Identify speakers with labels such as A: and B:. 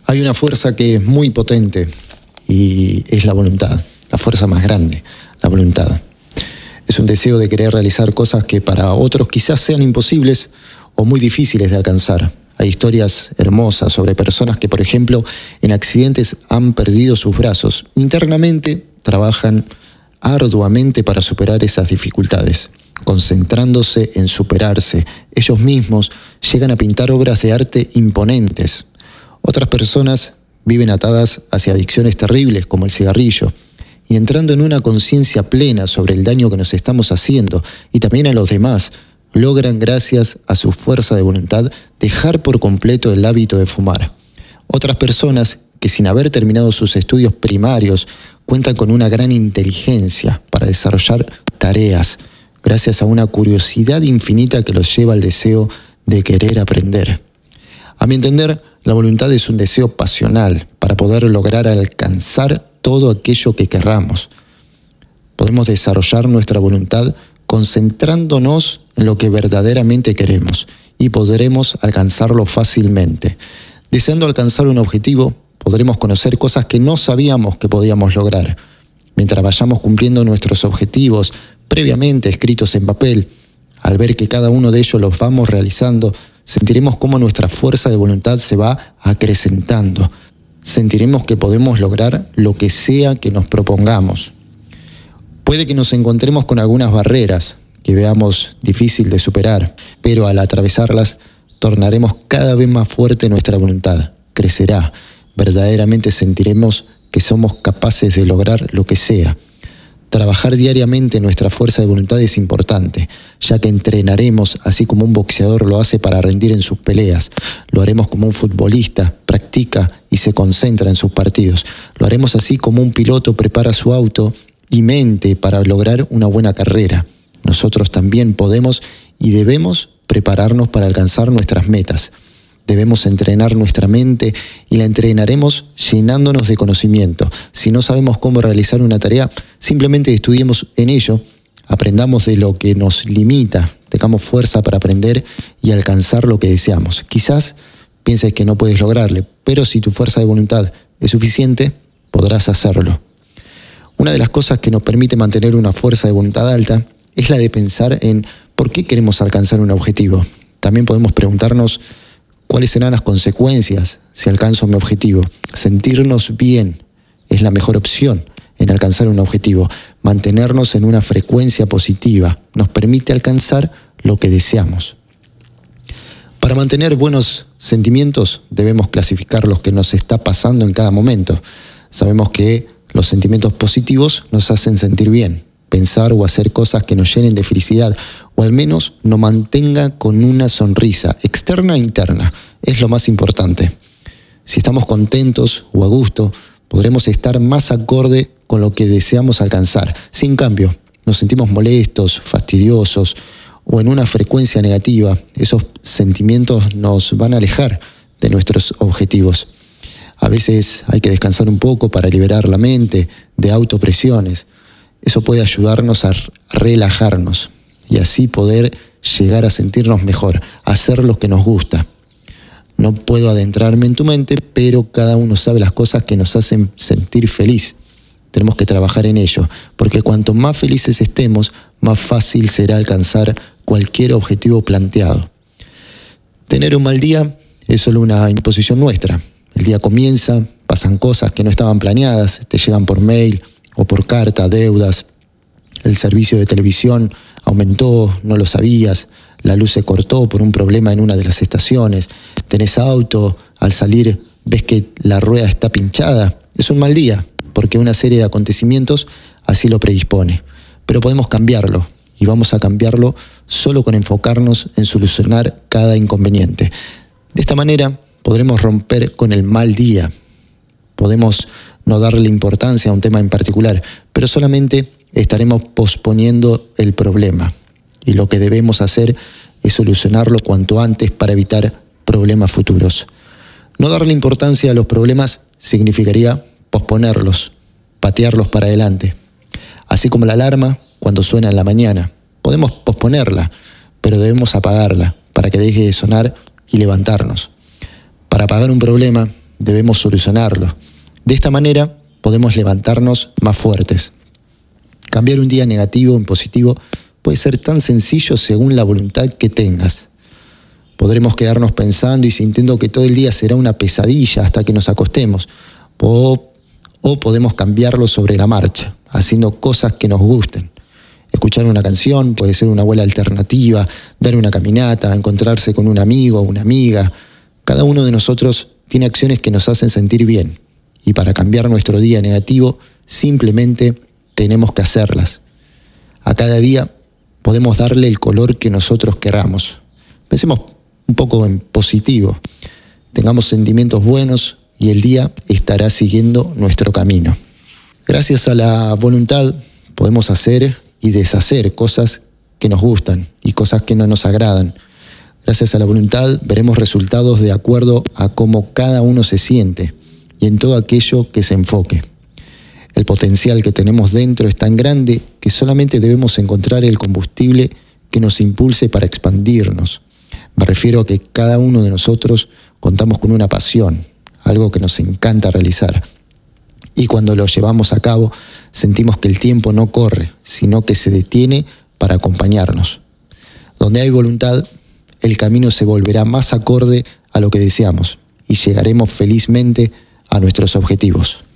A: Hay una fuerza que es muy potente y es la voluntad, la fuerza más grande, la voluntad. Es un deseo de querer realizar cosas que para otros quizás sean imposibles o muy difíciles de alcanzar. Hay historias hermosas sobre personas que, por ejemplo, en accidentes han perdido sus brazos. Internamente trabajan arduamente para superar esas dificultades. Concentrándose en superarse, ellos mismos llegan a pintar obras de arte imponentes. Otras personas viven atadas hacia adicciones terribles como el cigarrillo y entrando en una conciencia plena sobre el daño que nos estamos haciendo y también a los demás, logran, gracias a su fuerza de voluntad, dejar por completo el hábito de fumar. Otras personas que sin haber terminado sus estudios primarios cuentan con una gran inteligencia para desarrollar tareas, gracias a una curiosidad infinita que los lleva al deseo de querer aprender. A mi entender, la voluntad es un deseo pasional para poder lograr alcanzar todo aquello que querramos. Podemos desarrollar nuestra voluntad concentrándonos en lo que verdaderamente queremos y podremos alcanzarlo fácilmente. Deseando alcanzar un objetivo, podremos conocer cosas que no sabíamos que podíamos lograr. Mientras vayamos cumpliendo nuestros objetivos previamente escritos en papel, al ver que cada uno de ellos los vamos realizando, sentiremos cómo nuestra fuerza de voluntad se va acrecentando. Sentiremos que podemos lograr lo que sea que nos propongamos. Puede que nos encontremos con algunas barreras que veamos difícil de superar, pero al atravesarlas tornaremos cada vez más fuerte nuestra voluntad. Crecerá. Verdaderamente sentiremos que somos capaces de lograr lo que sea. Trabajar diariamente nuestra fuerza de voluntad es importante, ya que entrenaremos así como un boxeador lo hace para rendir en sus peleas. Lo haremos como un futbolista practica y se concentra en sus partidos. Lo haremos así como un piloto prepara su auto y mente para lograr una buena carrera. Nosotros también podemos y debemos prepararnos para alcanzar nuestras metas. Debemos entrenar nuestra mente y la entrenaremos llenándonos de conocimiento. Si no sabemos cómo realizar una tarea, simplemente estudiemos en ello, aprendamos de lo que nos limita, tengamos fuerza para aprender y alcanzar lo que deseamos. Quizás pienses que no puedes lograrlo, pero si tu fuerza de voluntad es suficiente, podrás hacerlo. Una de las cosas que nos permite mantener una fuerza de voluntad alta es la de pensar en por qué queremos alcanzar un objetivo. También podemos preguntarnos cuáles serán las consecuencias si alcanzo mi objetivo. Sentirnos bien es la mejor opción en alcanzar un objetivo. Mantenernos en una frecuencia positiva nos permite alcanzar lo que deseamos. Para mantener buenos sentimientos debemos clasificar lo que nos está pasando en cada momento. Sabemos que los sentimientos positivos nos hacen sentir bien, pensar o hacer cosas que nos llenen de felicidad o al menos nos mantenga con una sonrisa externa e interna. Es lo más importante. Si estamos contentos o a gusto, podremos estar más acorde con lo que deseamos alcanzar. Si en cambio nos sentimos molestos, fastidiosos o en una frecuencia negativa, esos sentimientos nos van a alejar de nuestros objetivos. A veces hay que descansar un poco para liberar la mente de autopresiones. Eso puede ayudarnos a relajarnos y así poder llegar a sentirnos mejor, a hacer lo que nos gusta. No puedo adentrarme en tu mente, pero cada uno sabe las cosas que nos hacen sentir feliz. Tenemos que trabajar en ello, porque cuanto más felices estemos, más fácil será alcanzar cualquier objetivo planteado. Tener un mal día es solo una imposición nuestra. El día comienza, pasan cosas que no estaban planeadas, te llegan por mail o por carta, deudas. El servicio de televisión aumentó, no lo sabías. La luz se cortó por un problema en una de las estaciones. Tenés auto, al salir ves que la rueda está pinchada. Es un mal día, porque una serie de acontecimientos así lo predispone. Pero podemos cambiarlo, y vamos a cambiarlo solo con enfocarnos en solucionar cada inconveniente. De esta manera podremos romper con el mal día. Podemos no darle importancia a un tema en particular, pero solamente estaremos posponiendo el problema. Y lo que debemos hacer es solucionarlo cuanto antes para evitar problemas futuros. No darle importancia a los problemas significaría posponerlos, patearlos para adelante. Así como la alarma cuando suena en la mañana. Podemos posponerla, pero debemos apagarla para que deje de sonar y levantarnos. Para apagar un problema debemos solucionarlo. De esta manera podemos levantarnos más fuertes. Cambiar un día negativo en positivo puede ser tan sencillo según la voluntad que tengas. Podremos quedarnos pensando y sintiendo que todo el día será una pesadilla hasta que nos acostemos. O podemos cambiarlo sobre la marcha, haciendo cosas que nos gusten. Escuchar una canción, puede ser una buena alternativa, dar una caminata, encontrarse con un amigo o una amiga. Cada uno de nosotros tiene acciones que nos hacen sentir bien. Y para cambiar nuestro día negativo, simplemente tenemos que hacerlas. A cada día podemos darle el color que nosotros queramos. Pensemos un poco en positivo. Tengamos sentimientos buenos y el día estará siguiendo nuestro camino. Gracias a la voluntad podemos hacer y deshacer cosas que nos gustan y cosas que no nos agradan. Gracias a la voluntad veremos resultados de acuerdo a cómo cada uno se siente y en todo aquello que se enfoque. El potencial que tenemos dentro es tan grande que solamente debemos encontrar el combustible que nos impulse para expandirnos. Me refiero a que cada uno de nosotros contamos con una pasión, algo que nos encanta realizar. Y cuando lo llevamos a cabo, sentimos que el tiempo no corre, sino que se detiene para acompañarnos. Donde hay voluntad, el camino se volverá más acorde a lo que deseamos y llegaremos felizmente a nuestros objetivos.